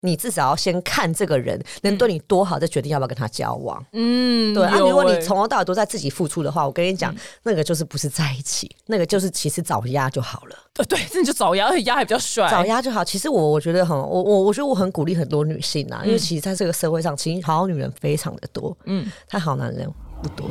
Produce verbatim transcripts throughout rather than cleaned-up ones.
你至少要先看这个人能对你多好，再决定要不要跟他交往。 嗯， 对啊，如果欸你从头到尾都在自己付出的话，我跟你讲、嗯，那个就是不是在一起，那个就是其实找鸭就好了。 对对，真的就找鸭，而且鸭还比较帅， 找鸭就好。其实我我觉得很，我我我觉得我很鼓励很多女性啊，嗯、因为其实在这个社会上，其实好女人非常的多，嗯，但好男人不多。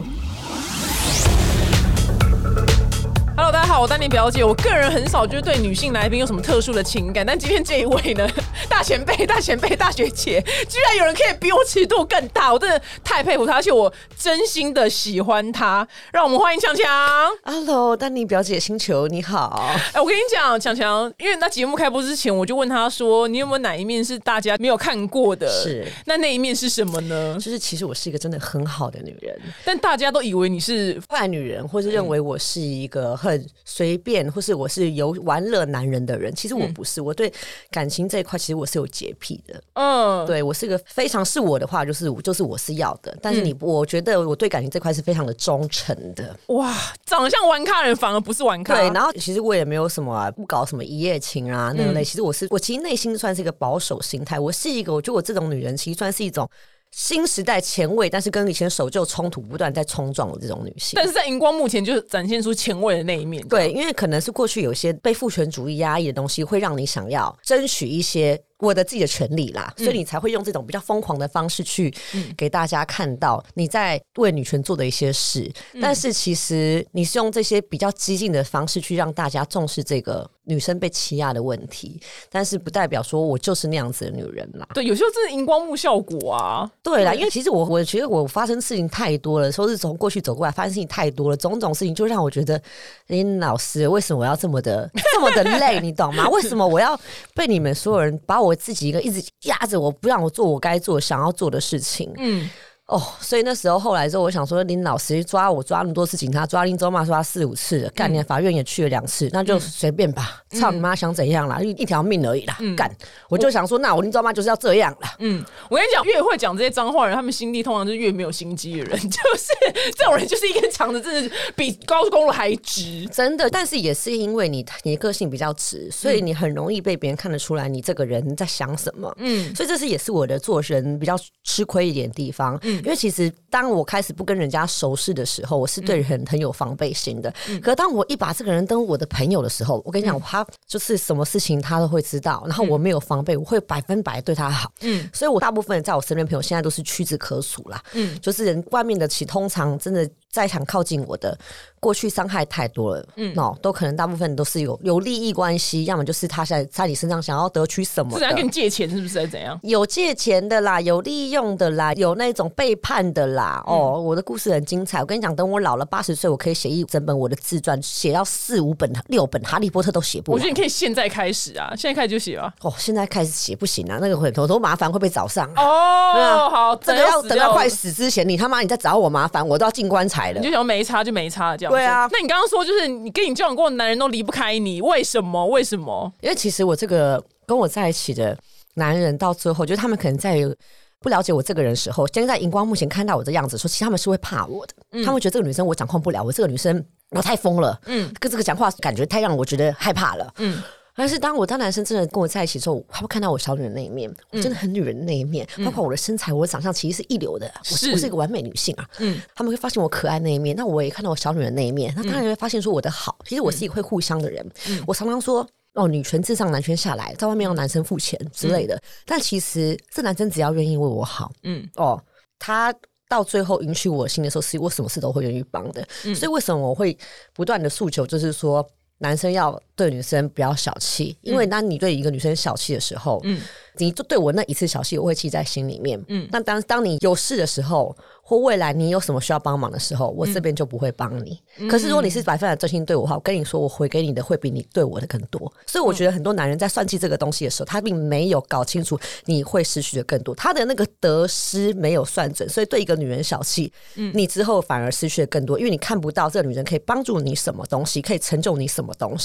Hello， 大家好，我丹妮表姐。我个人很少就是对女性来宾有什么特殊的情感，但今天这一位呢，大前辈、大前辈、大学姐，居然有人可以比我尺度更大，我真的太佩服她，而且我真心的喜欢她。让我们欢迎强强。 Hello， 丹妮表姐星球你好。 哎、欸，我跟你讲，强强，因为那节目开播之前，我就问她说，你有没有哪一面是大家没有看过的？ 是， 那那一面是什么呢？ 就是其实我是一个真的很好的女人， 但大家都以为你是坏女人，或是认为我是一个很随便，或是我是有玩乐男人的人。其实我不是、嗯、我对感情这一块其实我是有洁癖的。嗯，对，我是一个非常是我的话就是就是我是要的，但是你、嗯、我觉得我对感情这块是非常的忠诚的。 哇，长得像玩咖人反而不是玩咖。 对，然后其实我也没有什么、啊、不搞什么一夜情啊那类、嗯、其实我是我其实内心算是一个保守心态，我是一个我觉得我这种女人其实算是一种新时代前卫，但是跟以前守旧冲突不断在冲撞的这种女性， 但是在荧光幕前就展现出前卫的那一面。 对，因为可能是过去有些被父权主义压抑的东西，会让你想要争取一些我的自己的权利啦、嗯，所以你才会用这种比较疯狂的方式去给大家看到你在为女权做的一些事、嗯、但是其实你是用这些比较激进的方式去让大家重视这个女生被欺压的问题，但是不代表说我就是那样子的女人啦。 对，有时候这是荧光幕效果啊。 对啦，因为其实我我觉得我发生事情太多了，说是从过去走过来发生事情太多了，种种事情就让我觉得林老师为什么我要这么的这么的累你懂吗？为什么我要被你们所有人把我自己一个一直压着我，不让我做我该做想要做的事情。嗯，哦，所以那时候后来之后，我想说林老师抓我抓那么多次警察，抓林州嘛抓四五次了，干、嗯、法院也去了两次，那就随便吧，嗯、操你妈想怎样啦，一条命而已啦，干、嗯！我就想说，那我林州嘛就是要这样啦。 嗯，我跟你讲，越会讲这些脏话的人，他们心地通常就是越没有心机的人，就是这种人就是一根肠子，真的比高速公路还直， 真的。但是也是因为你你的个性比较直，所以你很容易被别人看得出来你这个人在想什么。嗯，所以这是也是我的做人比较吃亏一点的地方。嗯。因为其实当我开始不跟人家熟识的时候，我是对人很有防备心的、嗯、可是当我一把这个人当我的朋友的时候，我跟你讲、嗯、他就是什么事情他都会知道，然后我没有防备，我会百分百对他好。嗯，所以我大部分在我身边朋友现在都是屈指可数啦。嗯，就是人外面的其通常真的在想靠近我的，过去伤害太多了，嗯，哦，都可能大部分都是有有利益关系，要么就是他在在你身上想要得取什么的， 是想跟你借钱是不是？还是怎样？ 有借钱的啦，有利用的啦，有那种背叛的啦。嗯、哦，我的故事很精彩，我跟你讲，等我老了八十岁，我可以写一整本我的自传，写到四五本、六本，哈利波特都写不完。 我觉得你可以现在开始啊，现在开始就写啊。 哦，现在开始写不行啊，那个会头头麻烦会被找上、啊。 哦，好， 这个要等到快死之前，你他妈你再找我麻烦，我都要进棺材了。 你就想没差就没差这样。 对啊， 那你刚刚说就是你跟你交往过的男人都离不开你，为什么？为什么？ 因为其实我这个跟我在一起的男人到最后，就是他们可能在不了解我这个人的时候，先在荧光幕前看到我这样子，说其实他们是会怕我的，嗯、他们觉得这个女生我掌控不了，我这个女生我太疯了，嗯，跟这个讲话感觉太让我觉得害怕了，嗯。但是当我当男生真的跟我在一起之后，他会看到我小女人那一面，我真的很女人的那一面、嗯、包括我的身材我的长相其实是一流的，我是我是一个完美女性啊、嗯、他们会发现我可爱那一面，那我也看到我小女人那一面，那当然会发现说我的好，其实我是一个会互相的人、嗯、我常常说哦，女权至上男权下来，在外面让男生付钱之类的、嗯、但其实这男生只要愿意为我好，嗯，哦，他到最后允许我心的时候，是我什么事都会愿意帮的、嗯、所以为什么我会不断的诉求，就是说男生要对女生不要小气，因为当你对一个女生小气的时候，嗯，你就对我那一次小气我会记在心里面，嗯，那当当你有事的时候，或未来你有什么需要帮忙的时候，我这边就不会帮你、嗯、可是如果你是百分百真心对我的话，我跟你说我回给你的会比你对我的更多，所以我觉得很多男人在算计这个东西的时候，他并没有搞清楚你会失去的更多，他的那个得失没有算准，所以对一个女人小气、嗯、你之后反而失去的更多，因为你看不到这个女人可以帮助你什么东西，可以成就你什么东西、嗯、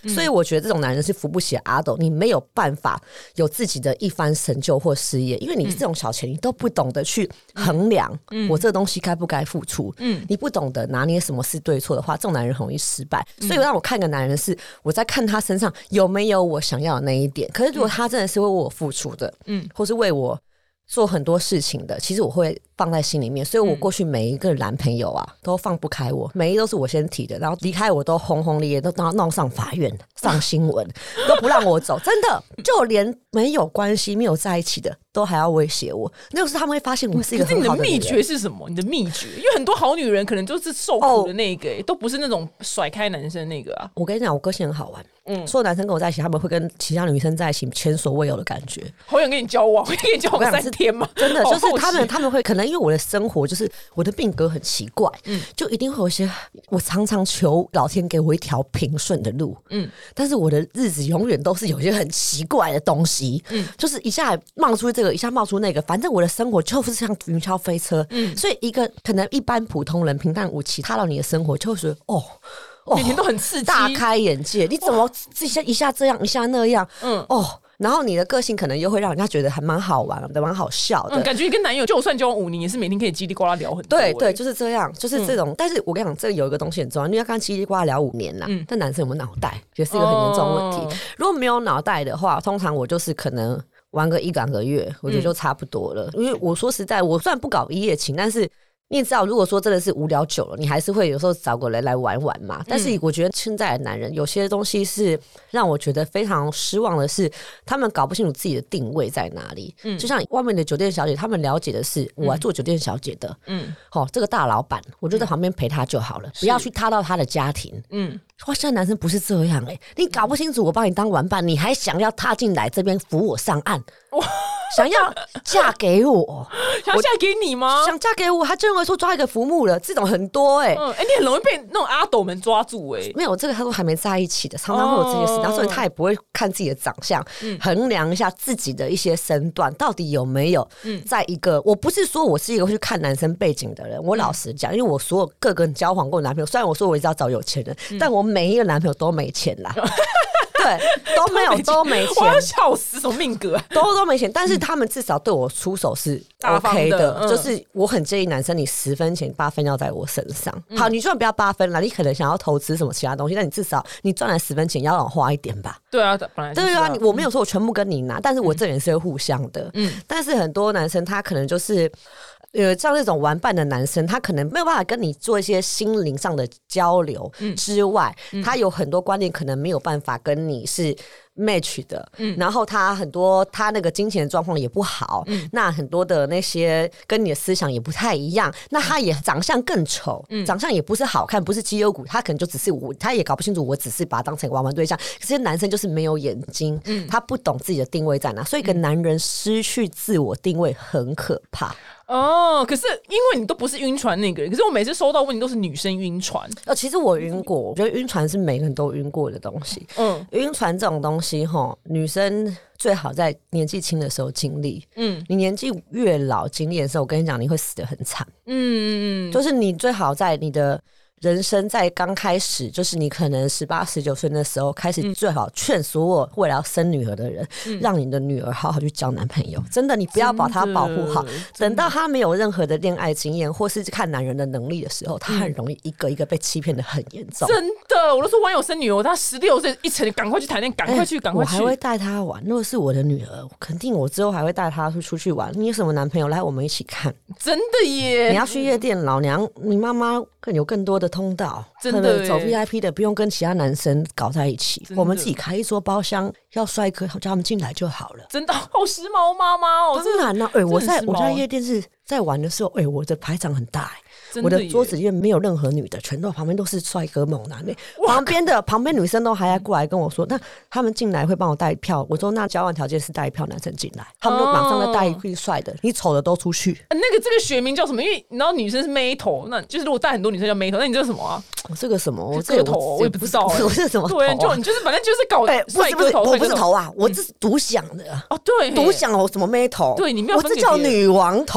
嗯、所以我觉得这种男人是扶不起阿斗，你没有办法有自己的一番成就或事业，因为你这种小钱你都不懂得去衡量、嗯、我这个东西该不该付出、嗯、你不懂得拿捏什么是对错的话，这种男人很容易失败、嗯、所以让我看个男人是我在看他身上有没有我想要的那一点，可是如果他真的是为我付出的，嗯，或是为我做很多事情的，其实我会放在心里面，所以我过去每一个男朋友啊、嗯、都放不开我，每一个都是我先提的，然后离开我都轰轰烈烈，都闹上法院上新闻都不让我走，真的就连没有关系没有在一起的都还要威胁我，那时候他们会发现我是一个很好的女人。可是你的秘诀是什么？你的秘诀，因为很多好女人可能就是受苦的那个、欸哦、都不是那种甩开男生那个啊。我跟你讲，我个性很好玩，嗯，所有男生跟我在一起，他们会跟其他女生在一起前所未有的感觉。好想跟你交往，我跟你交往三天吗？真的就是他们，他们会可能因为我的生活就是我的命格很奇怪，嗯，就一定会有一些我常常求老天给我一条平顺的路，嗯，但是我的日子永远都是有一些很奇怪的东西，嗯，就是一下冒出这个，一下冒出那个，反正我的生活就是像云霄飞车，嗯，所以一个可能一般普通人平淡无奇踏到你的生活，就会说哦。每天都很刺激，大开眼界。你怎么一下一下这样，一下那样？嗯，哦，然后你的个性可能又会让人家觉得还蛮好玩的，蛮好笑的。嗯，感觉一个男友就算交往五年，也是每天可以叽里呱啦聊很多。对对，就是这样，就是这种。嗯、但是我跟你讲，这有一个东西很重要，因为要跟叽里呱啦聊五年啦。嗯，但男生有没有脑袋，也是一个很严重的问题。哦、如果没有脑袋的话，通常我就是可能玩个一两个月，我觉得就差不多了。嗯、因为我说实在，我虽然不搞一夜情，但是。你也知道，如果说真的是无聊久了，你还是会有时候找个人来玩玩嘛。但是我觉得现在的男人有些东西是让我觉得非常失望的是，他们搞不清楚自己的定位在哪里。嗯，就像外面的酒店小姐，他们了解的是我要做酒店小姐的。嗯，好、哦，这个大老板，我就在旁边陪他就好了，不要去踏到他的家庭。嗯，哇，现在男生不是这样哎、欸，你搞不清楚我帮你当玩伴，你还想要踏进来这边扶我上岸？哇！想要嫁给我，想要嫁给你吗？想嫁给我，他就认为说抓一个浮木了，这种很多哎、欸。嗯，哎、欸，你很容易被那种阿斗们抓住哎、欸。没有这个，他都还没在一起的，常常会有这些事，哦、然后所以他也不会看自己的长相，嗯、衡量一下自己的一些身段到底有没有在一个。嗯、我不是说我是一个会去看男生背景的人，我老实讲，因为我所有各个交往过的男朋友，虽然我说我一直要找有钱人，嗯、但我每一个男朋友都没钱啦。对，都没有，都没钱，我要笑死，什么命格、啊，都都没钱，但是他们至少对我出手是 OK 的，的嗯、就是我很建议男生，你十分钱八分要在我身上。嗯、好，你就算不要八分了，你可能想要投资什么其他东西，但你至少你赚来十分钱要让我花一点吧。对啊，本来对啊，我没有说我全部跟你拿，但是我这人是会互相的。嗯，但是很多男生他可能就是。呃，像这种玩伴的男生，他可能没有办法跟你做一些心灵上的交流之外，嗯嗯、他有很多观念可能没有办法跟你是 match 的，嗯、然后他很多他那个金钱状况也不好，嗯、那很多的那些跟你的思想也不太一样，那他也长相更丑，嗯、长相也不是好看，不是绩优股，他可能就只是我，他也搞不清楚，我只是把他当成玩玩对象。可是男生就是没有眼睛，嗯、他不懂自己的定位在哪，所以一个男人失去自我定位很可怕。哦，可是因为你都不是晕船那个人，可是我每次收到问题都是女生晕船。呃，其实我晕过，我觉得晕船是每个人都晕过的东西。嗯，晕船这种东西齁，女生最好在年纪轻的时候经历。嗯，你年纪越老经历的时候，我跟你讲，你会死得很惨。嗯嗯嗯，就是你最好在你的人生在刚开始，就是你可能十八十九岁的时候开始，最好劝所有未来要生女儿的人，嗯、让你的女儿好好去交男朋友。真的，你不要把她保护好，等到她没有任何的恋爱经验或是看男人的能力的时候，她很容易一个一个被欺骗的很严重。真的，我都说网友生女儿，她十六岁一成，赶快去谈恋爱，赶快去，赶快去。我还会带她玩。如果是我的女儿，肯定我之后还会带她出去玩。你有什么男朋友来，我们一起看。真的耶！你要去夜店，老娘你妈妈更有更多的通道，真的走 V I P 的不用跟其他男生搞在一起，我们自己开一桌包厢，要帅哥叫他们进来就好了。真的好时髦妈妈哦！当然了、啊，哎、欸，我在我在夜店是在玩的时候，哎、欸，我的排场很大、欸。我的桌子里面没有任何女的，全都旁边都是帅哥猛男嘞。旁边的旁边女生都还来过来跟我说，那他们进来会帮我带票。我说那交换条件是带一票男生进来，他们就马上再带一批帅的，你丑的都出去。那个这个学名叫什么？因为你知道女生是妹头，那就是如果带很多女生叫妹头，那你这个什么啊？我这个什么？我这个头我也不知道、欸，我是什么头、啊？对，就你就是反正就是搞帅哥头，我不是头啊，我这是独享的哦。对，独享我什么妹头？对，你没有分给别人，我这叫女王头。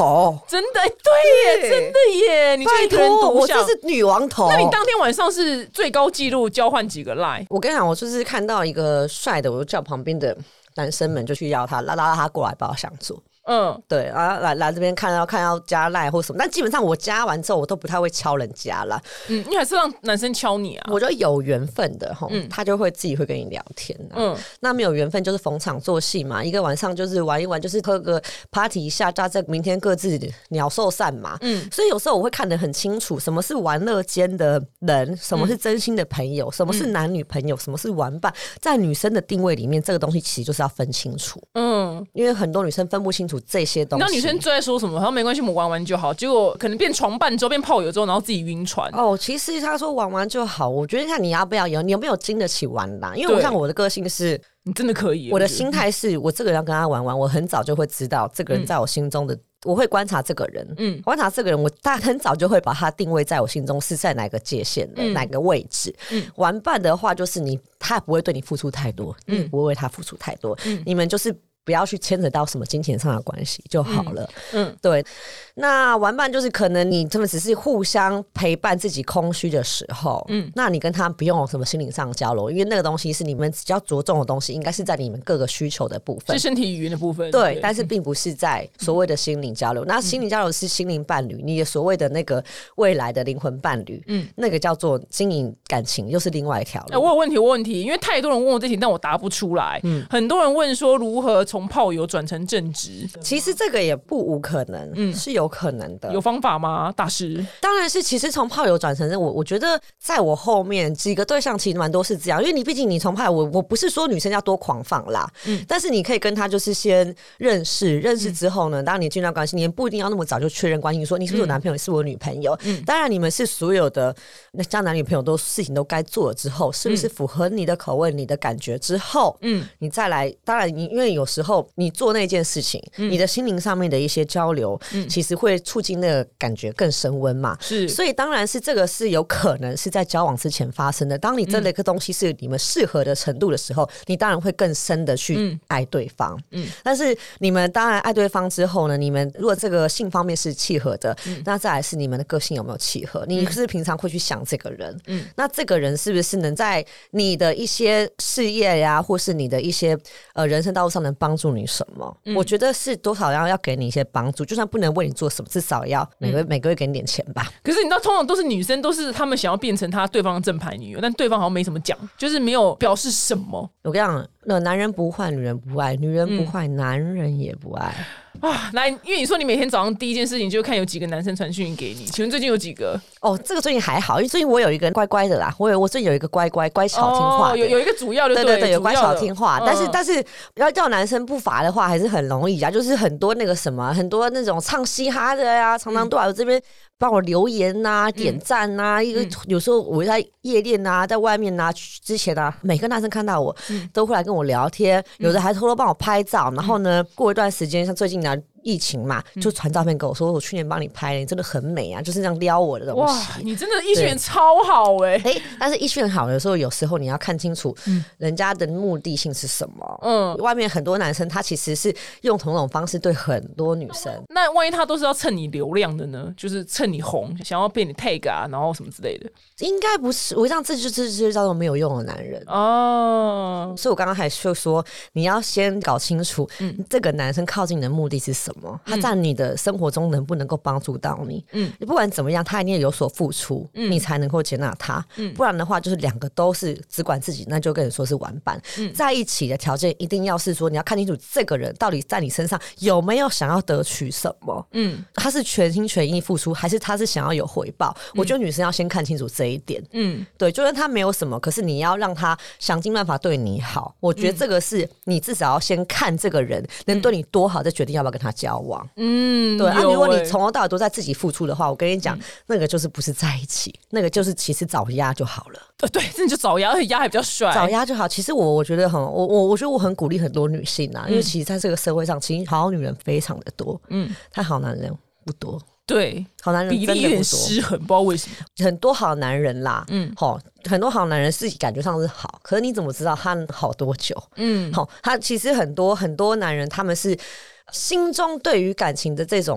真的对耶，真的耶，你就一个人独享， 我这是女王头。 那你当天晚上是最高纪录交换几个 line？ 我跟你讲，我就是看到一个帅的，我就叫旁边的男生们就去邀他，拉拉他过来帮我相助。嗯，对，然后来来这边看到看到加赖或什么，但基本上我加完之后，我都不太会敲人家啦。 嗯，你还是让男生敲你啊？ 我觉得有缘分的哈，嗯、他就会自己会跟你聊天、啊。嗯，那没有缘分就是逢场作戏嘛，一个晚上就是玩一玩，就是喝个 party 一下，大家明天各自鸟兽散嘛。嗯，所以有时候我会看得很清楚，什么是玩乐间的人，什么是真心的朋友，嗯、什么是男女朋友，什么是玩伴，在女生的定位里面，这个东西其实就是要分清楚。嗯，因为很多女生分不清楚这些东西。 你知道女生最爱说什么？然后没关系，我们玩玩就好。结果可能变床伴之后，变炮友之后，然后自己晕船。 哦，其实他说玩玩就好，我觉得看你要不要有，你有没有经得起玩啦？因为我像我的个性是， 你真的可以。 我的心态是我这个人要跟他玩玩，我很早就会知道这个人在我心中的。嗯，我会观察这个人，嗯，观察这个人，我大很早就会把他定位在我心中是在哪个界限的、嗯、哪个位置。嗯，玩伴的话就是你，他不会对你付出太多，嗯，不会为他付出太多，嗯，你们就是不要去牵扯到什么金钱上的关系就好了。嗯，嗯对。那玩伴就是可能你他们只是互相陪伴自己空虚的时候，嗯，那你跟他不用有什么心灵上的交流，因为那个东西是你们比较着重的东西，应该是在你们各个需求的部分， 是身体语言的部分。 对，对但是并不是在所谓的心灵交流。嗯、那心灵交流是心灵伴侣，你的所谓的那个未来的灵魂伴侣，嗯，那个叫做经营感情，又是另外一条路。 欸、我有问题，我有问题，因为太多人问我这题，但我答不出来。嗯，很多人问说如何从炮友转成正职， 其实这个也不无可能，嗯，是有可能的。 有方法吗，大师？ 当然是，其实从炮友转成我，我觉得在我后面几个对象其实蛮多是这样，因为你毕竟你从炮友，我我不是说女生要多狂放啦，嗯，但是你可以跟他就是先认识，认识之后呢，当然你进入到关系，你也不一定要那么早就确认关系，说你是不是我男朋友，嗯、是我女朋友。嗯，当然你们是所有的那像男女朋友都事情都该做了之后，是不是符合你的口味、你的感觉之后，嗯，你再来，当然你因为有时候你做那件事情，嗯、你的心灵上面的一些交流，嗯、其实会促进那个感觉更升温嘛， 是， 所以当然是这个是有可能是在交往之前发生的。当你这类个东西是你们适合的程度的时候，嗯、你当然会更深的去爱对方。嗯，但是你们当然爱对方之后呢，你们如果这个性方面是契合的，嗯、那再来是你们的个性有没有契合？你是不是平常会去想这个人？嗯，那这个人是不是能在你的一些事业呀，或是你的一些呃人生道路上能帮助你什么？嗯、我觉得是多少要要给你一些帮助，就算不能为你做什么，至少要每个、嗯、每个月给你点钱吧。 可是你知道，通常都是女生，都是他们想要变成他对方的正牌女友，但对方好像没什么讲，就是没有表示什么。 我跟你讲，那男人不坏，女人不爱；女人不坏，嗯、男人也不爱。 啊，来，因为你说你每天早上第一件事情就看有几个男生传讯给你，请问最近有几个？ 哦，这个最近还好，因为最近我有一个乖乖的啦，我有我最近有一个乖乖乖巧听话的， 哦、有有一个主要的， 对对对，有乖巧听话，但是、嗯、但是要叫男生不罚的话，还是很容易啊，就是很多那个什么，很多那种唱嘻哈的呀、啊，常常都来我这边帮我留言呐、啊、嗯、点赞呐、啊，一个、嗯、有时候我在夜店啊，在外面啊，之前啊，每个男生看到我、嗯、都会来跟我聊天，有的还偷偷帮我拍照，然后呢，过一段时间，像最近呢。疫情嘛，就传照片给我说，我去年帮你拍，你真的很美啊，就是这样撩我的东西。哇， 你真的医学超好哎、欸！ 哎、欸，但是医学好的时候，有时候你要看清楚人家的目的性是什么。嗯，外面很多男生他其实是用同种方式对很多女生。 那万一他都是要蹭你流量的呢？就是蹭你红，想要被你 tag 啊，然后什么之类的。 应该不是，我想这就这就叫做没有用的男人哦。所以我刚刚还就说，你要先搞清楚，嗯，这个男生靠近你的目的是什么。他在你的生活中能不能够帮助到你？嗯，不管怎么样，他一定有所付出，嗯、你才能够接纳他。嗯，不然的话，就是两个都是只管自己，那就跟你说是玩伴。嗯，在一起的条件一定要是说，你要看清楚这个人到底在你身上有没有想要得取什么。嗯，他是全心全意付出，还是他是想要有回报？嗯、我觉得女生要先看清楚这一点。嗯，对，就算他没有什么，可是你要让他想尽办法对你好。我觉得这个是你至少要先看这个人能对你多好，再决定要不要跟他交往。嗯，对啊，如果你从头到尾都在自己付出的话，我跟你讲，嗯、那个就是不是在一起，那个就是其实找鸭就好了。 对对，真的就找鸭，而且鸭还比较帅， 找鸭就好。其实我我觉得很，我我我觉得我很鼓励很多女性啊，嗯、因为其实在这个社会上，其实好女人非常的多，嗯，但好男人不多。 对， 好男人真的不多， 比例有点失衡，不知道为什么。 很多好男人啦，嗯，好，很多好男人是感觉上是好，可是你怎么知道他好多久？嗯，好，他其实很多很多男人他们是心中对于感情的这种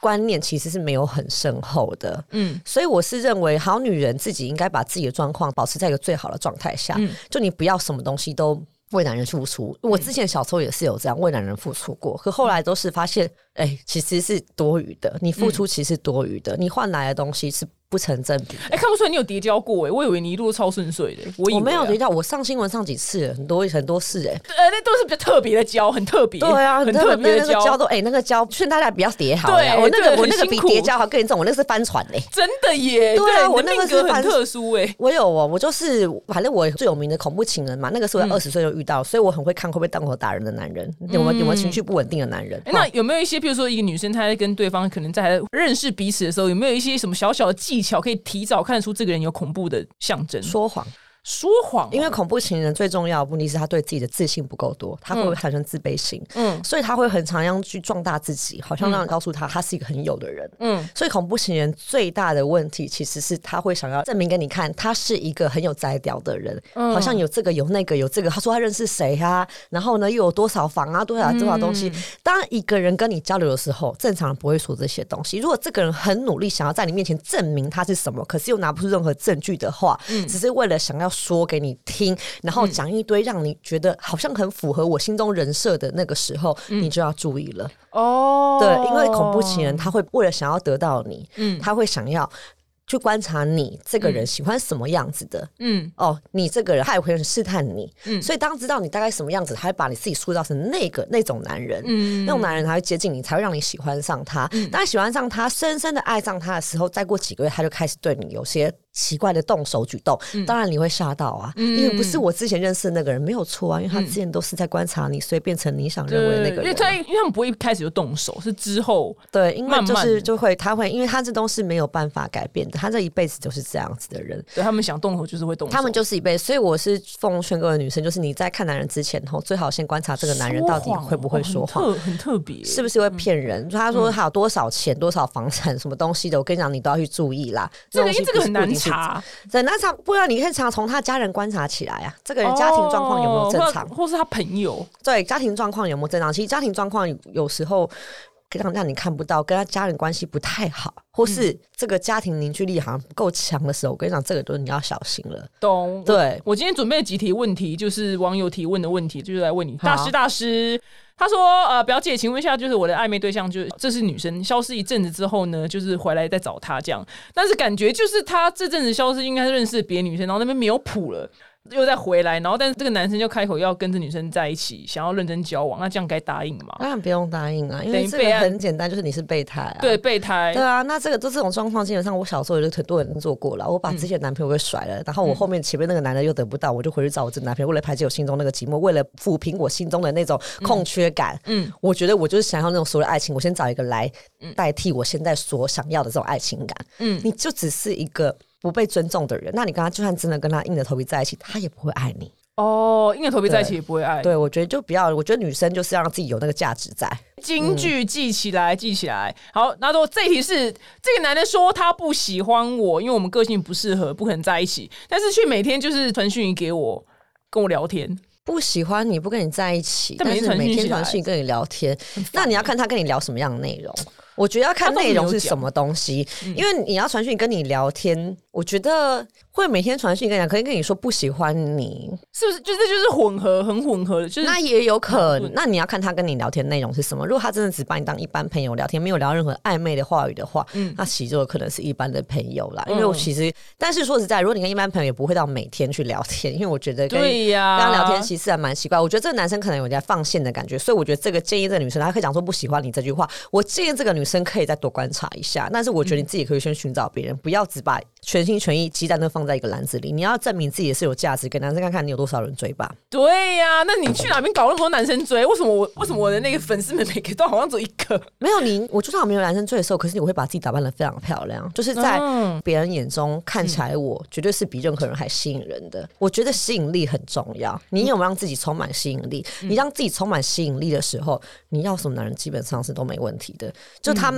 观念其实是没有很深厚的，嗯，所以我是认为好女人自己应该把自己的状况保持在一个最好的状态下，嗯，就你不要什么东西都为男人付出。我之前小时候也是有这样为男人付出过，可后来都是发现哎、欸，其实是多余的，你付出其实是多余的，嗯，你换来的东西是不成正比的。 哎、欸，看不出来你有跌跤过哎、欸，我以为你一路超顺遂的、欸。我以为、啊、 我没有跌跤，我上新闻上几次，很多很多次哎、 欸。呃，那都是比较特别的跤，很特别。 对啊， 很特别的跤都哎、欸，那个跤劝大家不要跌好了。对，我那个我那个比跌跤好，跟你讲，我那个是翻船哎、欸， 真的耶。 对啊，我那个是很特殊哎、欸。 我有哦，我就是反正我最有名的恐怖情人嘛，那个是我二十岁就遇到、嗯，所以我很会看会不会当头打人的男人，有没有有没有情绪不稳定的男人。 欸、那有没有一些，比如说一个女生她在跟对方可能在认识彼此的时候，有没有一些什么小小的技巧可以提早看得出这个人有恐怖的象征？ 说谎。 说谎、哦， 因为恐怖情人最重要的目的是他对自己的自信不够多，他会产生自卑心，嗯，所以他会很常要去壮大自己，好像让人告诉他他是一个很有的人，嗯，所以恐怖情人最大的问题其实是他会想要证明给你看，他是一个很有才调的人，嗯，好像有这个有那个有这个，他说他认识谁啊，然后呢又有多少房啊，多少多少东西、嗯。当一个人跟你交流的时候，正常人不会说这些东西。如果这个人很努力想要在你面前证明他是什么，可是又拿不出任何证据的话，嗯，只是为了想要说给你听，然后讲一堆让你觉得好像很符合我心中人设的那个时候、嗯、你就要注意了哦。对，因为恐怖情人他会为了想要得到你、嗯、他会想要去观察你这个人喜欢什么样子的，嗯，哦，你这个人他也会试探你，嗯，所以当知道你大概什么样子，他会把你自己塑造成那个那种男人，嗯，那种男人他会接近你，才会让你喜欢上他。嗯、当喜欢上他，深深的爱上他的时候，再过几个月，他就开始对你有些奇怪的动手举动，嗯、当然你会吓到啊、嗯，因为不是我之前认识的那个人，没有错啊，因为他之前都是在观察你，所以变成你想认为的那个人、啊。 因为他因为他们不会一开始就动手，是之后对，因为就是就会他会，因为他这东西没有办法改变的，他这一辈子就是这样子的人。 对，他们想动手就是会动手， 他们就是一辈子。所以我是奉劝各位女生，就是你在看男人之前，最好先观察这个男人到底会不会说谎， 哦、很特很特别， 是不是会骗人？嗯、他说他有多少钱、多少房产、什么东西的，我跟你讲，你都要去注意啦。 这个因为这个很难查。 那常不然，你可以常从他家人观察起来啊，这个人家庭状况有没有正常， 哦、或, 或是他朋友对家庭状况有没有正常？其实家庭状况有时候让让你看不到，跟他家人关系不太好，或是这个家庭凝聚力好像不够强的时候，我跟你讲，这个都你要小心了。 懂？ 对， 我, 我今天准备了几题问题，就是网友提问的问题，就是来问你，大师大师。他说：“呃，表姐，请问一下，就是我的暧昧对象，就是这是女生，消失一阵子之后呢，就是回来再找他这样，但是感觉就是他这阵子消失，应该是认识别的女生，然后那边没有谱了。”又再回来，然后但是这个男生就开口要跟这女生在一起，想要认真交往，那这样该答应吗？ 当然不用答应啊，因为这个很简单，就是你是备胎啊。 对，备胎。 对啊，那这个都这种状况，基本上我小时候有很多人做过了。我把之前男朋友给甩了，嗯、然后我后面前面那个男的又得不到，我就回去找我这男朋友，为了排解我心中那个寂寞，为了抚平我心中的那种空缺感。嗯，我觉得我就是想要那种所谓的爱情，我先找一个来代替我现在所想要的这种爱情感。嗯，你就只是一个不被尊重的人，那你跟他就算真的跟他硬着头皮在一起，他也不会爱你。 哦，硬着头皮在一起也不会爱你。 对，我觉得就不要，我觉得女生就是要让自己有那个价值在。 金句记起来，嗯、记起来。好，那都这一题是这个男的说他不喜欢我，因为我们个性不适合，不可能在一起，但是却每天就是传讯给我，跟我聊天。 不喜欢你不跟你在一起，但是每天传讯跟你聊天，那你要看他跟你聊什么样的内容。我觉得要看内容是什么东西，因为你要传讯跟你聊天，我觉得会每天传讯跟你讲，可以跟你说不喜欢你， 是不是？就这就是混合，很混合的，就是那也有可能。那你要看他跟你聊天内容是什么。如果他真的只把你当一般朋友聊天，没有聊任何暧昧的话语的话，嗯，那其实就有可能是一般的朋友啦。因为我其实，嗯、但是说实在，如果你跟一般朋友也不会到每天去聊天，因为我觉得跟对呀， 跟他聊天其实还蛮奇怪。我觉得这个男生可能有点放线的感觉，所以我觉得这个建议这个女生，她可以讲说不喜欢你这句话，我建议这个女生可以再多观察一下。但是我觉得你自己可以先寻找别人，不要只把全心全意鸡蛋都放在一个篮子里。你要证明自己也是有价值，给男生看看你有多少人追吧。 对呀、啊，那你去哪边搞那么多男生追？为什么我为什么我的那个粉丝们每个都好像只有一个？ 没有你，我就算没有男生追的时候，可是你会把自己打扮得非常漂亮，就是在别人眼中看起来我绝对是比任何人还吸引人的。我觉得吸引力很重要，你有没有让自己充满吸引力？你让自己充满吸引力的时候，你要什么男人基本上是都没问题的。就他们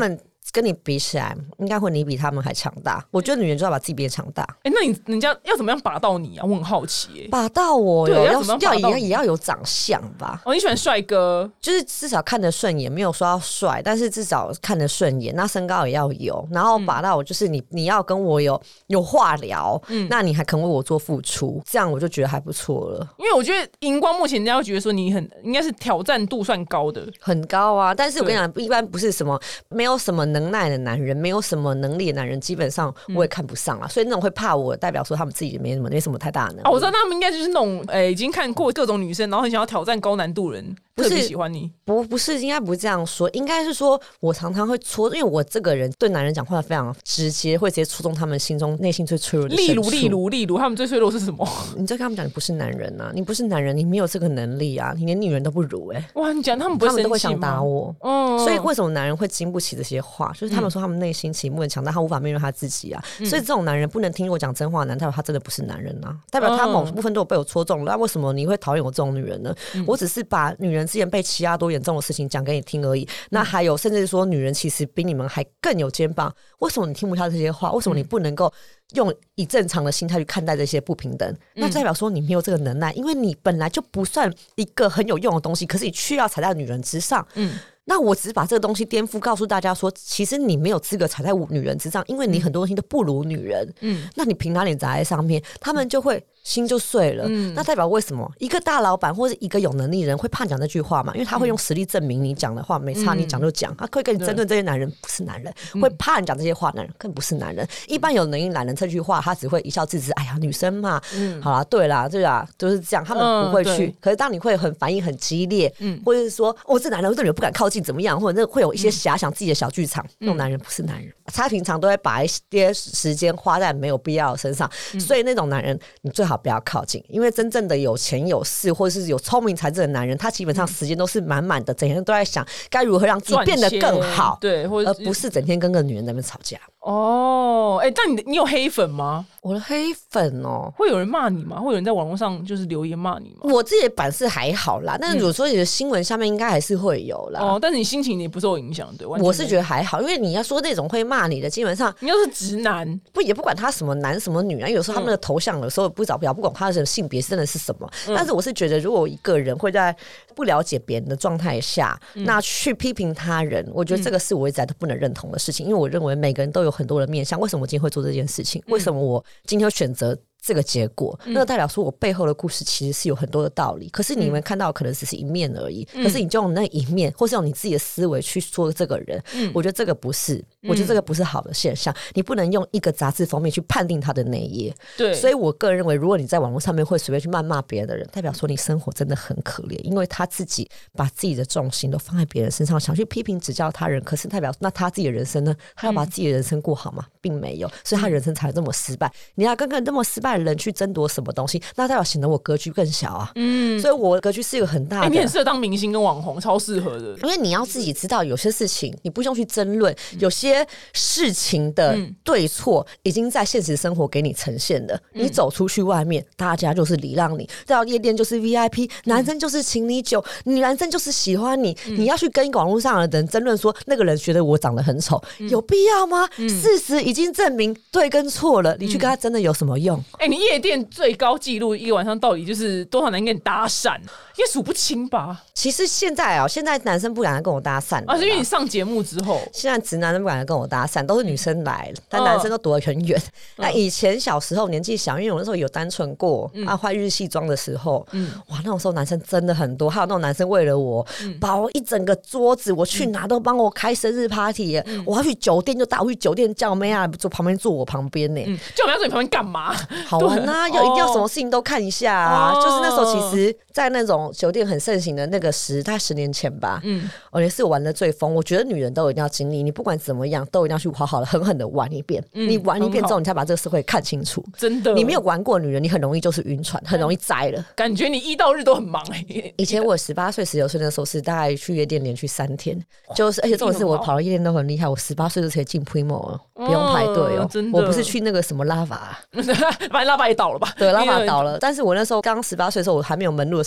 跟你比起来，应该会你比他们还强大。我觉得女人就要把自己变强大。 哎、欸，那你人家要怎么样把到你啊？我很好奇、欸。 把到我哟， 要要要也也要有长相吧？ 哦，你喜欢帅哥， 就是至少看得顺眼，没有说要帅，但是至少看得顺眼。那身高也要有，然后把到我就是你，你要跟我有有话聊，嗯，那你还肯为我做付出，这样我就觉得还不错了。 因为我觉得荧光目前人家会觉得说你很应该是挑战度算高的， 很高啊。但是我跟你讲，一般不是什么没有什么能耐的男人，没有什么能力的男人，基本上我也看不上啊。嗯、所以那种会怕我，代表说他们自己没什么没什么太大的能力。 啊，我知道他们应该就是那种诶、欸，已经看过各种女生，然后很想要挑战高难度人。特别喜欢你。 不不是，应该不是这样说，应该是说我常常会戳，因为我这个人对男人讲话非常直接，会直接戳中他们心中内心最脆弱的深处。 例如例如例如他们最脆弱是什么？ 你就跟他们讲你不是男人啊，你不是男人，你没有这个能力啊，你连女人都不如。哎、欸， 哇，你讲他们不会生气吗？ 他们都会想打我。嗯，所以为什么男人会经不起这些话？就是他们说他们内心其实很强大，他无法面对他自己啊、嗯、所以这种男人不能听我讲真话，难代表他真的不是男人啊，代表他某部分都有被我戳中了。那为什么你会讨厌我这种女人呢、嗯、我只是把女人之前被欺压多严重的事情讲给你听而已。那还有甚至说女人其实比你们还更有肩膀，为什么你听不下这些话？为什么你不能够用以正常的心态去看待这些不平等？嗯、那代表说你没有这个能耐，因为你本来就不算一个很有用的东西，可是你却要踩在女人之上。嗯，那我只是把这个东西颠覆，告诉大家说，其实你没有资格踩在女人之上，因为你很多东西都不如女人。嗯，那你凭哪里砸在上面？他们就会心就碎了。嗯，那代表为什么一个大老板或者一个有能力的人会怕讲这句话嘛？因为他会用实力证明你讲的话没差，你讲就讲。他会跟你争论这些男人不是男人，会怕你讲这些话，男人更不是男人。一般有能力男人这句话，他只会一笑置之。哎呀，女生嘛，嗯，好啦，对啦，对啦，就是这样，他们不会去。嗯、可是当你会很反应很激烈，嗯，或者是说，哦，这男人这女人不敢靠近，怎么样？或者那会有一些遐想自己的小剧场，那种男人不是男人。他平常都会把一些时间花在没有必要的身上，嗯、所以那种男人你最好不要靠近，因为真正的有钱有势或者是有聪明才智的男人，他基本上时间都是满满的，整天都在想该如何让自己变得更好， 对，或者而不是整天跟个女人在那边吵架。 哦，哎、欸，但你你有黑粉吗？ 我的黑粉哦， 会有人骂你吗？会有人在网络上就是留言骂你吗？ 我自己的版是还好啦，但是有时候你的新闻下面应该还是会有啦。 哦，但是你心情也不受影响，对？ 我是觉得还好，因为你要说那种会骂你的，基本上你要是直男， 不也不管他什么男什么女啊，有时候他们的头像有时候不找不了，不管他的性别真的是什么。嗯、但是我是觉得，如果一个人会在不了解别人的状态下，嗯、那去批评他人，我觉得这个是我一直来都不能认同的事情，因为我认为每个人都有很多的面向。为什么我今天会做这件事情？为什么我今天会选择这个结果？嗯、那代表说我背后的故事其实是有很多的道理，可是你们看到可能只是一面而已。嗯、可是你就用那一面，或是用你自己的思维去说这个人，嗯、我觉得这个不是，我觉得这个不是好的现象。你不能用一个杂志封面去判定他的那一页。对，所以我个人认为，如果你在网络上面会随便去谩骂别人的人，代表说你生活真的很可怜，因为他自己把自己的重心都放在别人身上，想去批评指教他人，可是代表那他自己的人生呢？他要把自己的人生过好吗？并没有，所以他人生才这么失败。你要跟跟这么失败的人去争夺什么东西，那代表显得我格局更小啊。嗯，所以我的格局是一个很大的。 欸、你很适合当明星跟网红，超适合的。 因为你要自己知道，有些事情你不用去争论，有些事情的对错已经在现实生活给你呈现的。嗯、你走出去外面，大家就是礼让你，到夜店就是 V I P， 男生就是请你酒，女男生就是喜欢你。嗯、你要去跟网络上的人争论说那个人觉得我长得很丑，嗯、有必要吗？嗯、事实已经证明对跟错了，你去跟他真的有什么用？ 哎、欸，你夜店最高纪录一个晚上到底就是多少男人跟你搭讪？也数不清吧。 其实现在啊、喔，现在男生不敢跟我搭讪啊，是因为你上节目之后， 现在直男都不敢跟我搭讪，都是女生来，嗯、但男生都躲得很远。嗯、那以前小时候年纪小，因为我那时候有单纯过、嗯、啊，换日系装的时候，嗯，哇，那种时候男生真的很多，还有那种男生为了我，嗯、把我一整个桌子，我去哪都帮我开生日 party，、嗯、我要去酒店就带我去酒店叫妹啊，坐旁边坐我旁边呢、欸， 嗯，叫我们要坐你旁边干嘛？ 好玩啊，要一定要什么事情都看一下啊，哦、就是那时候其实，在那种酒店很盛行的那个时，大概十年前吧，嗯，我也是玩的最疯。我觉得女人都一定要经历，你不管怎么样，都一定要去好好的、狠狠的玩一遍。嗯、你玩一遍之后，你才把这个社会看清楚。真的，你没有玩过女人，你很容易就是晕船，很容易栽了。 感觉你一到日都很忙哎、欸。 以前我十八岁、十九岁的时候是大概去夜店连续三天，就是而且重点是我跑到夜店都很厉害。我十八岁就可以进 Primo 了，不用排队哦。真的，我不是去那个什么拉法， 反正拉法也倒了吧？ 对，拉法倒了。但是我那时候刚十八岁的时候，我还没有门路的时候，确实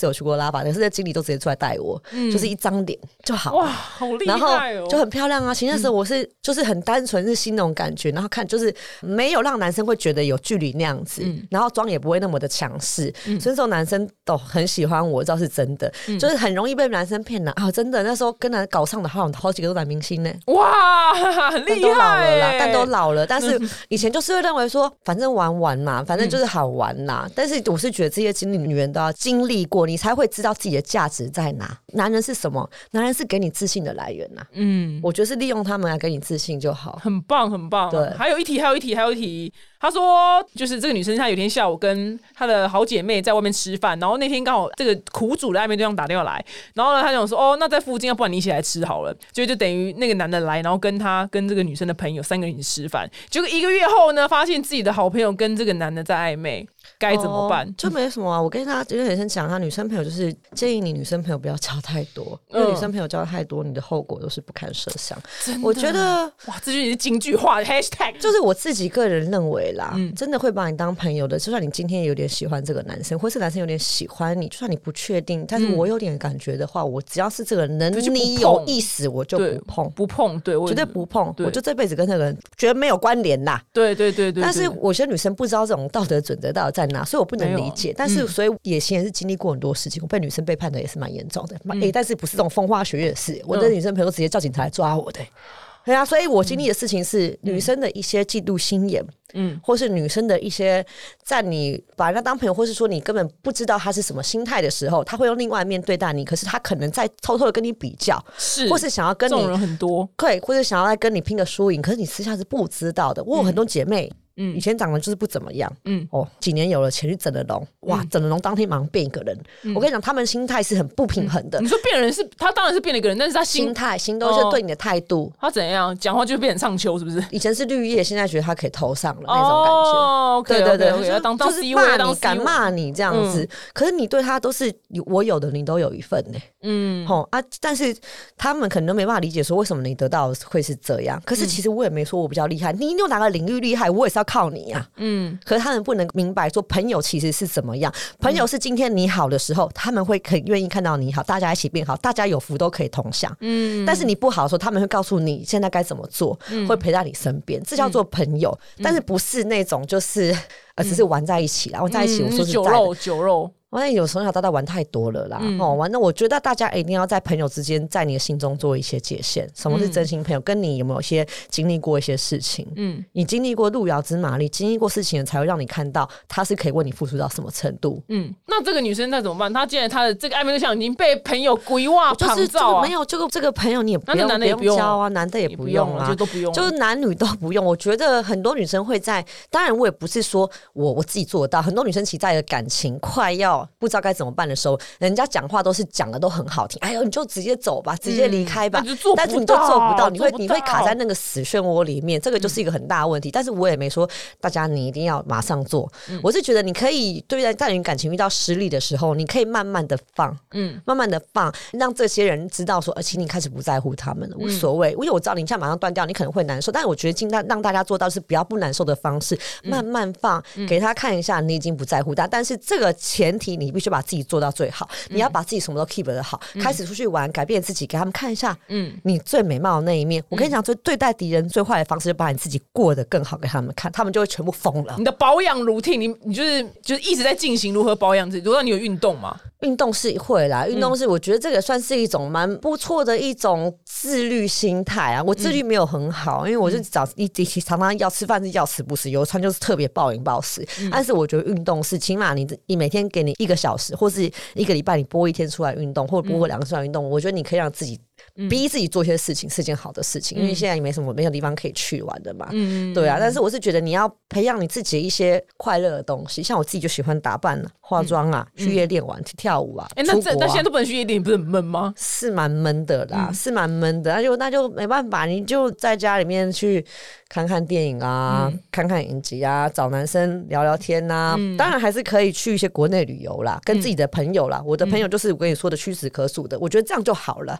有去过拉法，可是那经理都直接出来带我，嗯、就是一张脸就好。 哇，好厉害哦！ 然后就很漂亮啊。其实那时候我是、嗯、就是很单纯日系那种感觉，然后看就是没有让男生会觉得有距离那样子，嗯、然后妆也不会那么的强势，嗯、所以那时候男生都很喜欢我，知道是真的，嗯、就是很容易被男生骗了啊！真的，那时候跟男搞上的好好几个都男明星呢。 哇，很厉害， 但都老了，但是以前就是会认为说，反正玩玩嘛，反正就是好玩啦。嗯、但是我是觉得这些经历，女人都要经历过，你才会知道自己的价值在哪。男人是什么？男人是给你自信的来源呐。嗯，我觉得是利用他们来给你自信就好。 很棒，很棒。对，还有一题，还有一题，还有一题。她说，就是这个女生，她有天下午跟她的好姐妹在外面吃饭，然后那天刚好这个苦主的暧昧对象打电话来，然后呢，她讲说，哦，那在附近，要不然你一起来吃好了。就就等于那个男的来，然后跟他跟这个女生的朋友三个人一起吃饭。结果一个月后呢，发现自己的好朋友跟这个男的在暧昧，该怎么办？ 哦、就没什么啊。我跟他有女生讲，他女生朋友就是建议你女生朋友不要交太多，因为女生朋友交太多，你的后果都是不堪设想。我觉得哇，这就是京剧化的 hashtag， 就是我自己个人认为啦，嗯、真的会把你当朋友的，就算你今天有点喜欢这个男生，或是男生有点喜欢你，就算你不确定，但是我有点感觉的话，嗯、我只要是这个人能你有意思，我就不碰， 不碰，对， 绝对不碰，我就这辈子跟那个人绝对没有关联啦。 对对对 对, 对。 但是有些女生不知道这种道德准则到底在哪，所以我不能理解。但是所以也其实是经历过很多事情，我被女生背叛的也是蛮严重的。嗯欸、但是不是这种风花雪月的事，我的女生朋友直接叫警察来抓我的、欸。对啊，所以我经历的事情是女生的一些嫉妒心眼，嗯，或是女生的一些在你把人家当朋友，或是说你根本不知道他是什么心态的时候，他会用另外一面对待你，可是他可能在偷偷的跟你比较， 是， 或是想要跟你， 这种人很多， 对，或者想要来跟你拼个输赢，可是你私下是不知道的。我有很多姐妹。嗯，以前长得就是不怎么样，嗯，哦，几年有了钱去整了容，哇，整了容当天马上变一个人。嗯、我跟你讲，他们心态是很不平衡的。 嗯、你说变人是，他当然是变了一个人，但是他心心态、行动是对你的态度、哦， 他怎样讲话就变成上秋，是不是？ 以前是绿叶，现在觉得他可以头上了、哦、那种感觉。 哦， 对对对， okay, okay, 要当就是骂你，敢骂你这样子、嗯，可是你对他都是我有的，你都有一份呢、欸。嗯，吼啊，但是他们可能都没办法理解说为什么你得到会是这样。可是其实我也没说我比较厉害，你有哪个领域厉害，我也是要靠你啊。嗯。嗯，可是他们不能明白说朋友其实是怎么样，朋友是今天你好的时候，他们会很愿意看到你好，大家一起变好，大家有福都可以同享。嗯，但是你不好的时候，他们会告诉你现在该怎么做，嗯、会陪在你身边，这叫做朋友。嗯、但是不是那种就是呃只是玩在一起啦，玩在一起。我说实在的， 酒肉酒肉。 我那有从小到大玩太多了啦，嗯、哦，玩的我觉得大家一定要在朋友之间，在你的心中做一些界限。什么是真心朋友？嗯、跟你有没有一些经历过一些事情？嗯，你经历过路遥知马力，经历过事情才会让你看到他是可以为你付出到什么程度。嗯， 那这个女生那怎么办？她既然她的这个暧昧对象已经被朋友规划旁照啊， 没有这个这个朋友你也不用， 男的也不用交啊，男的也不用啊， 就都不用， 就是男女都不用。我觉得很多女生会在，当然我也不是说我我自己做得到，很多女生其实在的感情快要不知道该怎么办的时候，人家讲话都是讲的都很好听，哎呦你就直接走吧，直接离开吧， 嗯、 但是你都做不到，你会你会卡在那个死漩涡里面，这个就是一个很大的问题。嗯、但是我也没说大家你一定要马上做，嗯、我是觉得你可以对待在你感情遇到失利的时候，你可以慢慢的放，嗯，慢慢的放，让这些人知道说，而且你开始不在乎他们了，无所谓，因为我知道你现在马上断掉，你可能会难受，但是我觉得尽量让大家做到是不要不难受的方式，嗯、慢慢放，嗯、给他看一下你已经不在乎他，但是这个前提你必须把自己做到最好。你要把自己什么都 keep 得好，嗯、开始出去玩，改变自己，给他们看一下，嗯，你最美貌的那一面。嗯、我跟你讲，最对待敌人最坏的方式，就把你自己过得更好给他们看，他们就会全部疯了。 你的保养 routine， 你你就是就是一直在进行如何保养自己。如果你有运动吗？ 运动是会啦，运动是我觉得这个算是一种蛮不错的一种自律心态啊。我自律没有很好，嗯、因为我就早一常常要吃饭是要吃不吃，有餐就是特别暴饮暴食。嗯、但是我觉得运动是起码你你每天给你一个小时，或是一个礼拜你播一天出来运动，或者播两个出来运动，嗯、我觉得你可以让自己逼自己做一些事情是件好的事情，嗯、因为现在也没什么没有地方可以去玩的嘛。嗯、对啊，但是我是觉得你要培养你自己一些快乐的东西，像我自己就喜欢打扮啊、化妆啊、嗯、去夜店玩、去跳舞啊。哎、欸， 那这、啊、那现在都不能去夜店，你不是很闷吗？ 是蛮闷的啦，嗯、是蛮闷的，那就那就没办法，你就在家里面去看看电影啊，嗯、看看影集啊，找男生聊聊天啊。嗯、当然还是可以去一些国内旅游啦，跟自己的朋友啦。嗯、我的朋友就是我跟你说的屈指可数的，我觉得这样就好了。嗯。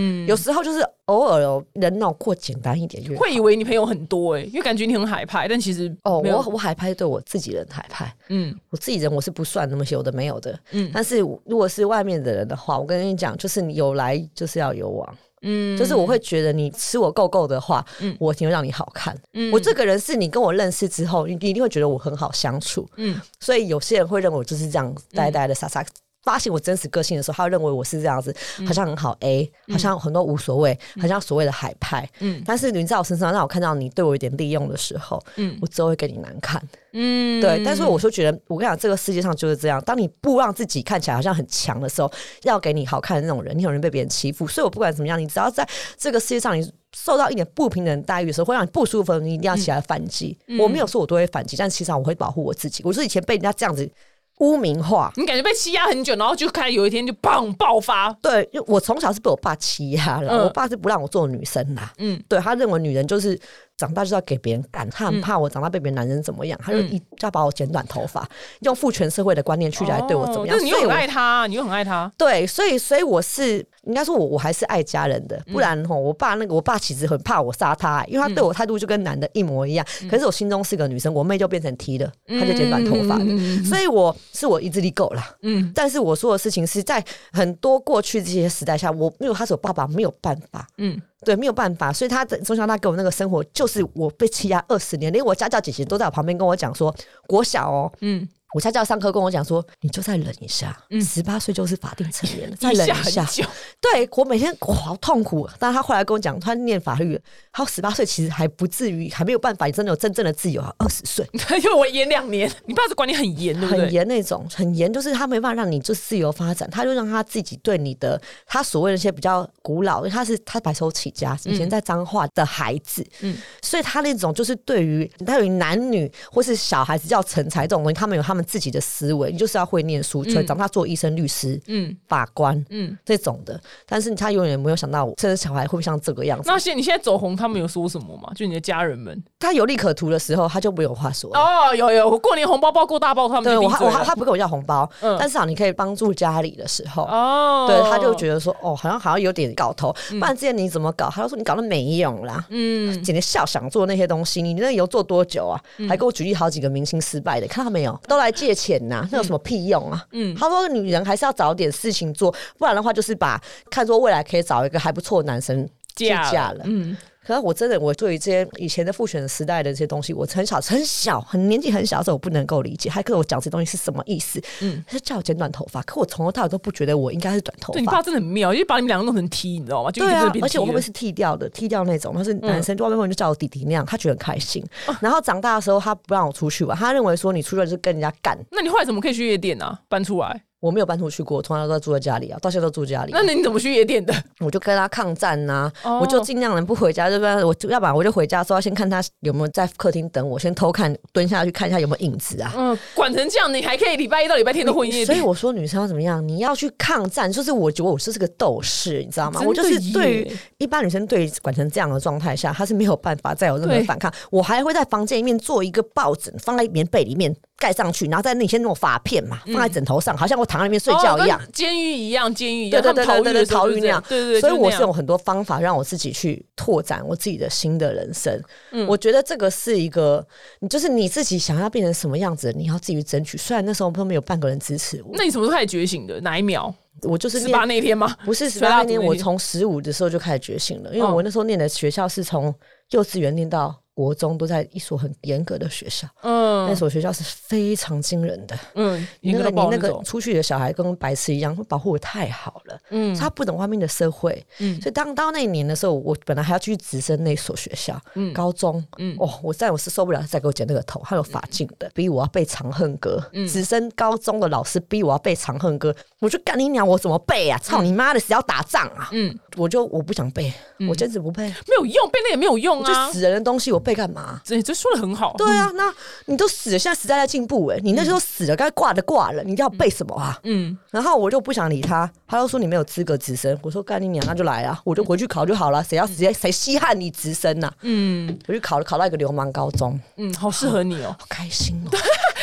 嗯，有时候就是偶尔有人脑过简单一点越好， 会以为你朋友很多哎、欸，因为感觉你很海派，但其实哦，我我海派对我自己人海派，嗯，我自己人我是不算那么有的没有的，嗯，但是如果是外面的人的话，我跟你讲，就是你有来就是要有往。嗯，就是我会觉得你吃我够够的话，嗯，我一定会让你好看。嗯，我这个人是你跟我认识之后，你一定会觉得我很好相处。嗯，所以有些人会认为我就是这样呆呆的傻傻。发现我真实个性的时候，他会认为我是这样子，好像很好 A，、嗯、好像很多无所谓，嗯、好像所谓的海派。嗯，但是你在我身上让我看到你对我有点利用的时候，嗯，我只会跟你难看。嗯，对。但是我就觉得，我跟你讲，这个世界上就是这样。当你不让自己看起来好像很强的时候，要给你好看的那种人，你很容易被别人欺负。所以我不管怎么样，你只要在这个世界上，你受到一点不平等待遇的时候，会让你不舒服，你一定要起来反击。嗯、我没有说我都会反击，但其实我会保护我自己。我是以前被人家这样子污名化， 你感觉被欺压很久，然后就开始有一天就砰爆发。 对，我从小是被我爸欺压了、嗯，我爸是不让我做女生啦。嗯，对，他认为女人就是长大就是要给别人干，他很怕我长大被别人男人怎么样，嗯、他就一要把我剪短头发，用父权社会的观念去来对我怎么样。 但、哦、你又很爱他，你又很爱他。 对，所以所以我是应该说我我还是爱家人的，不然吼我爸那个我爸其实很怕我杀他，因为他对我态度就跟男的一模一样。嗯、可是我心中是个女生，我妹就变成 T 了，他就剪短头发的，嗯、所以我是我意志力够了。嗯，但是我说的事情是在很多过去这些时代下，我没有他是我爸爸没有办法。嗯。对，没有办法，所以他从小他给我那个生活，就是我被欺压二十年，连我家教姐姐都在我旁边跟我讲说，国小哦，嗯，我家教上课跟我讲说，你就再忍一下，十八岁就是法定成年了，再忍一下。对，我每天我好痛苦，但是他后来跟我讲，他念法律，他十八岁其实还不至于，还没有办法，你真的有真正的自由，二十岁， 因为我严两年，你爸是管你很严，对不对？ 很严那种，很严，就是他没办法让你就是自由发展，他就让他自己对你的，他所谓的一些比较古老，因为他是他白手起家，以前在彰化的孩子，嗯，所以他那种就是对于他对于男女或是小孩子叫成才这种东西，他们有他们自己的思维，你就是要会念书，所以长大做医生、律师、嗯，法官，嗯，这种的。但是他永远没有想到，这个小孩会不会像这个样子？ 那现你现在走红，他们有说什么吗？就你的家人们， 他有利可图的时候，他就没有话说了。 哦，有有，我过年红包包够大包，他们对我我他不跟我要红包，嗯、但至少你可以帮助家里的时候，哦，对，他就觉得说，哦，好像好像有点搞头，嗯、不然之前你怎么搞？他就说你搞得没用啦，嗯，简直笑想做那些东西，你那油做多久啊？嗯、还给我举例好几个明星失败的，看到没有？都来借钱呐、啊，那有什么屁用啊？嗯，他说女人还是要找点事情做，不然的话就是把看说未来可以找一个还不错的男生去嫁了，嗯。可是我真的，我对于这些以前的父权时代的这些东西，我很小、很小、很年纪很小的时候，我不能够理解。还跟我讲这些东西是什么意思？嗯，他就叫我剪短头发，可我从头到尾都不觉得我应该是短头发。 对，你爸真的很妙，因为把你们两个弄成 T， 你知道吗？就对啊，而且我会不会是剃掉的？剃掉那种，他是男生，外面人就叫我弟弟那样，他觉得很开心。嗯、然后长大的时候，他不让我出去玩，他认为说你出去就是跟人家干。 那你后来怎么可以去夜店啊？搬出来？ 我没有搬出去过，从来都在住在家里啊，到现在都住家里、啊。 那你怎么去夜店的？ 我就跟他抗战呐、啊， oh. 我就尽量能不回家，对不对？我要不然我就回家之后先看他有没有在客厅等我，先偷看，蹲下去看一下有没有影子啊。 嗯，管成这样，你还可以礼拜一到礼拜天都混夜店。 所以我说女生要怎么样？你要去抗战，就是我觉得我就是个斗士，你知道吗？我就是对于一般女生对于管成这样的状态下，她是没有办法再有任何反抗。我还会在房间里面做一个抱枕，放在棉被里面。盖上去，然后在那里先弄发片嘛，放在枕头上，嗯、好像我躺在里面睡觉一样， 监狱一样，监狱一样， 对对对对对，逃狱那样， 对对对。 所以我是有很多方法让我自己去拓展我自己的新的人生。嗯，我觉得这个是一个，就是你自己想要变成什么样子，你要自己去争取。虽然那时候都没有半个人支持我。 那你什么时候开始觉醒的？哪一秒？ 我就是十八那天吗？ 不是十八那天，我从十五的时候就开始觉醒了，因为我那时候念的学校是从幼稚园念到国中都在一所很严格的学校，嗯，那所学校是非常惊人的，嗯，你那个你那个出去的小孩跟白痴一样，会保护得太好了，嗯，他不懂外面的社会，嗯，所以当到那一年的时候，我本来还要继续直升那所学校，嗯，高中，嗯，哦，我再我是受不了，再给我剪那个头，还有发镜的，逼我要背《长恨歌》，嗯，直升高中的老师逼我要背《长恨歌》，我就干你娘，我怎么背啊？操你妈的，谁要打仗啊？嗯，我就我不想背，我坚持不背， 没有用，背那也没有用啊， 就死人的东西我背干嘛？ 这这说的很好。 对啊，那你都死了，现在时代在进步哎、欸，你那时候死了，该挂的挂了，你要背什么啊？嗯，然后我就不想理他，他就说你没有资格直升，我说干你娘，那就来啊，我就回去考就好了，谁要直接谁稀罕你直升呐、啊？嗯，我就考了，考到一个流氓高中， 嗯，好适合你哦， 好开心哦。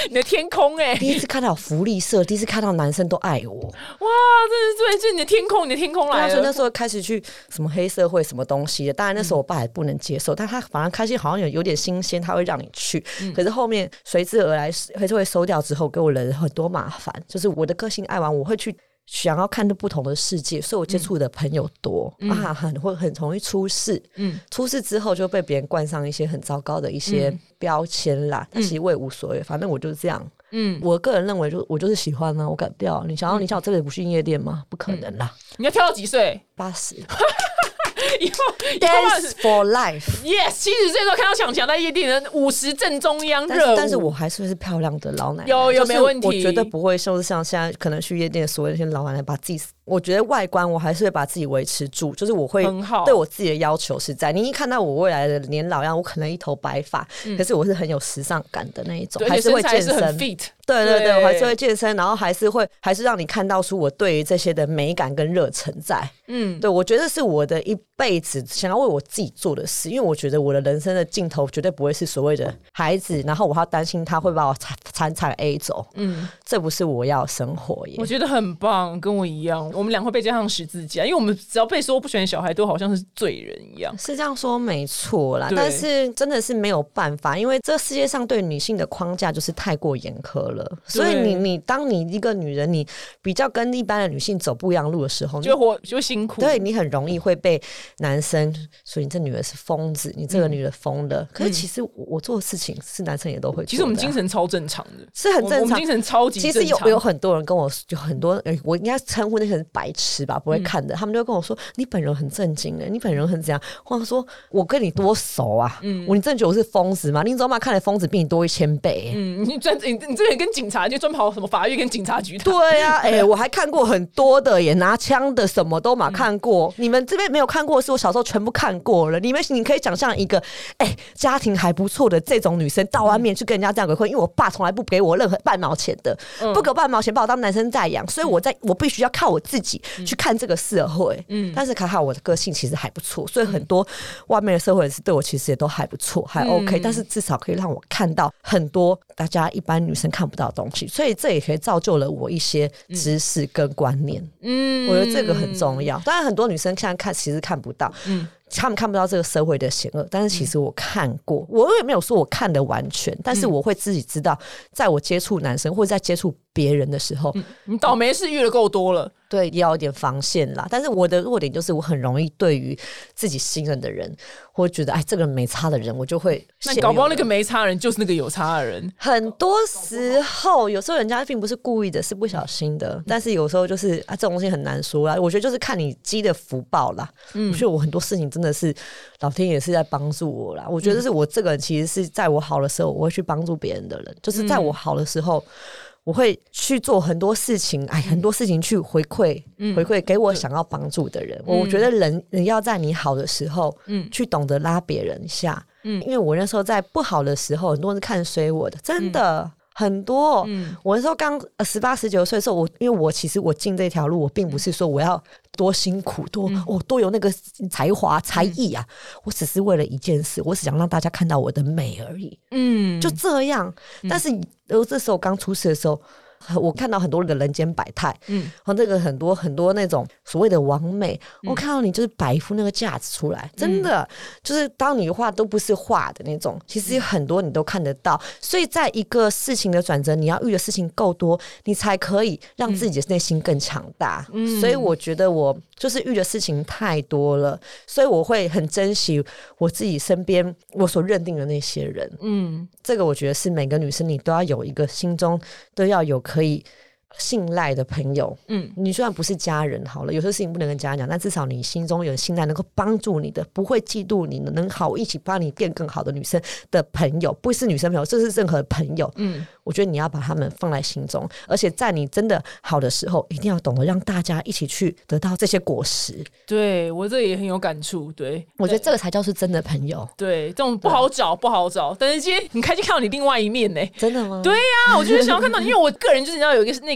你的天空哎、欸， 第一次看到福利社，第一次看到男生都爱我，哇， 真的是对，是你的天空，你的天空来了。 所以那时候开始去什么黑社会什么东西的，当然那时候我爸还不能接受，嗯、但他反而开心，好像有有点新鲜，他会让你去。嗯、可是后面随之而来黑社会收掉之后，给我人很多麻烦，就是我的个性爱玩，我会去。想要看不同的世界，所以我接触的朋友多、嗯、啊，很会很容易出事。嗯，出事之后就被别人冠上一些很糟糕的一些标签啦。但、嗯、其实我也无所谓，反正我就是这样。嗯，我个人认为就我就是喜欢呢、啊，我改不掉。你想要、嗯、你想要这个不去夜店吗？不可能啦！ 嗯、你要跳到几岁？ 八十。 以后 Dance for life Yes 七十岁的时候看到强强在夜店的五十正中央热舞， 但是我还是是漂亮的老奶奶， 有有没问题， 我绝对不会说像现在可能去夜店的所有那些老奶奶把自己，我觉得外观我还是会把自己维持住，就是我会对我自己的要求是在，你一看到我未来的年老样，我可能一头白发、嗯、可是我是很有时尚感的那一种，还是会健身， 很 fit， 对对 对, 对，我还是会健身，然后还是会还是让你看到出我对于这些的美感跟热忱在。嗯，对，我觉得是我的一辈子想要为我自己做的事，因为我觉得我的人生的尽头绝对不会是所谓的孩子，然后我还要担心他会把我惨惨 A 走。嗯，这不是我要的生活耶。 我觉得很棒，跟我一样，我们俩会被加上十字架，因为我们只要被说不喜欢小孩，都好像是罪人一样。 是这样说没错啦，但是真的是没有办法，因为这世界上对女性的框架就是太过严苛了，所以你你当你一个女人，你比较跟一般的女性走不一样路的时候， 就活就辛苦， 对，你很容易会被男生说你这女的是疯子，你这个女的疯的、嗯、可是其实 我, 我做的事情是男生也都会做的、啊、 其实我们精神超正常的， 是很正常， 我们精神超级正常。 其实 有, 有很多人跟我有很多、欸、我应该称呼那些人白痴吧，不会看的、嗯、他们就会跟我说你本人很正经的，你本人很怎样，或者说我跟你多熟啊、嗯、我你真的觉得我是疯子吗？你走马看的疯子比你多一千倍、欸、嗯， 你专你你这个人跟警察就专跑什么法院跟警察局， 对啊，哎、欸，我还看过很多的也拿枪的什么都嘛看过、嗯、你们这边没有看过的是我小时候全部看过了。你们你可以想象一个哎、欸、家庭还不错的这种女生到外面去跟人家这样鬼混，因为我爸从来不给我任何半毛钱的、嗯、不给我半毛钱，把我当男生在养，所以我在我必须要靠我自己去看这个社会。嗯，但是卡卡我的个性其实还不错，所以很多外面的社会人士对我其实也都还不错，还 OK、嗯、但是至少可以让我看到很多大家一般女生看不到的东西，所以这也可以造就了我一些知识跟观念。嗯，我觉得这个很重要。当然很多女生现在看其实看不到，嗯，他们看不到这个社会的险恶，但是其实我看过，我也没有说我看得完全，但是我会自己知道，在我接触男生或者在接触别人的时候、嗯、 你倒霉事遇得够多了， 对，要有点防线啦。但是我的弱点就是我很容易对于自己信任的人，或觉得哎这个人没差的人，我就会那搞不好那个没差的人就是那个有差的人。 很多时候有时候人家并不是故意的，是不小心的，但是有时候就是啊这种东西很难说啦。我觉得就是看你积的福报啦、嗯、我觉得我很多事情真的是老天爷是在帮助我啦。我觉得是我这个人其实是在我好的时候我会去帮助别人的人，就是在我好的时候、嗯我会去做很多事情，哎，很多事情去回馈、嗯、回馈给我想要帮助的人、嗯、我觉得人人要在你好的时候、嗯、去懂得拉别人一下、嗯、因为我那时候在不好的时候很多人是看衰我的，真的、嗯很多、嗯、我那时候刚十八十九岁的时候，我因为我其实我进这条路，我并不是说我要多辛苦多、嗯哦、多有那个才华才艺啊、嗯、我只是为了一件事，我只想让大家看到我的美而已，嗯，就这样。但是我这时候刚出事的时候，我看到很多的人间百态，嗯，和那个很多很多那种所谓的完美、嗯，我看到你就是摆一副那个架子出来，真的、嗯、就是当你画都不是画的那种，其实很多你都看得到。所以在一个事情的转折，你要遇的事情够多，你才可以让自己的内心更强大。嗯，所以我觉得我就是遇的事情太多了，所以我会很珍惜我自己身边我所认定的那些人。嗯，这个我觉得是每个女生你都要有一个心中都要有可以信赖的朋友。嗯，你虽然不是家人好了，有些事情不能跟家人讲，但至少你心中有信赖，能够帮助你的，不会嫉妒你的，能好一起帮你变更好的女生的朋友，不是女生朋友，这是任何朋友。嗯，我觉得你要把他们放在心中，而且在你真的好的时候，一定要懂得让大家一起去得到这些果实。 对，我这也很有感触。对， 我觉得这个才叫是真的朋友。 对，这种不好找不好找，但是今天很开心看到你另外一面呢、欸。 真的吗？ 对呀、啊，我就是想要看到你，因为我个人就是要有一个那个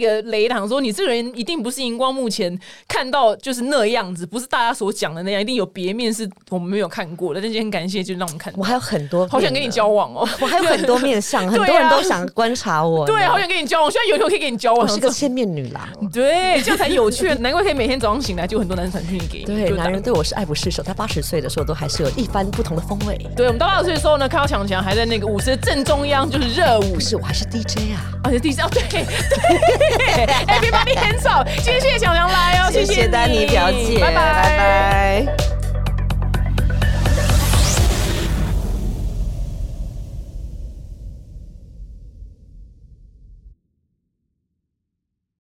个雷堂说，你这个人一定不是荧光幕前看到就是那样子，不是大家所讲的那样，一定有别面是我们没有看过的。但今天很感谢，就让我们看到。 我还有很多， 好想跟你交往哦， 我还有很多面相，很多人都想观察我。 对啊，好想跟你交往，希望有一天可以跟你交往。 我是个千面女郎， 对，这样才有趣。难怪可以每天早上醒来就有很多男生传讯息给你。 对，男人对我是爱不释手。他八十岁的时候都还是有一番不同的风味。 对，我们到八十岁的时候呢，看到强强还在那个舞池的正中央，就是热舞。 不是，我还是 D J 啊， 而且 D J 哦，对对 ，Everybody hands up！ 今天谢谢强强来哦， 谢谢丹妮表姐， 拜拜。 拜拜。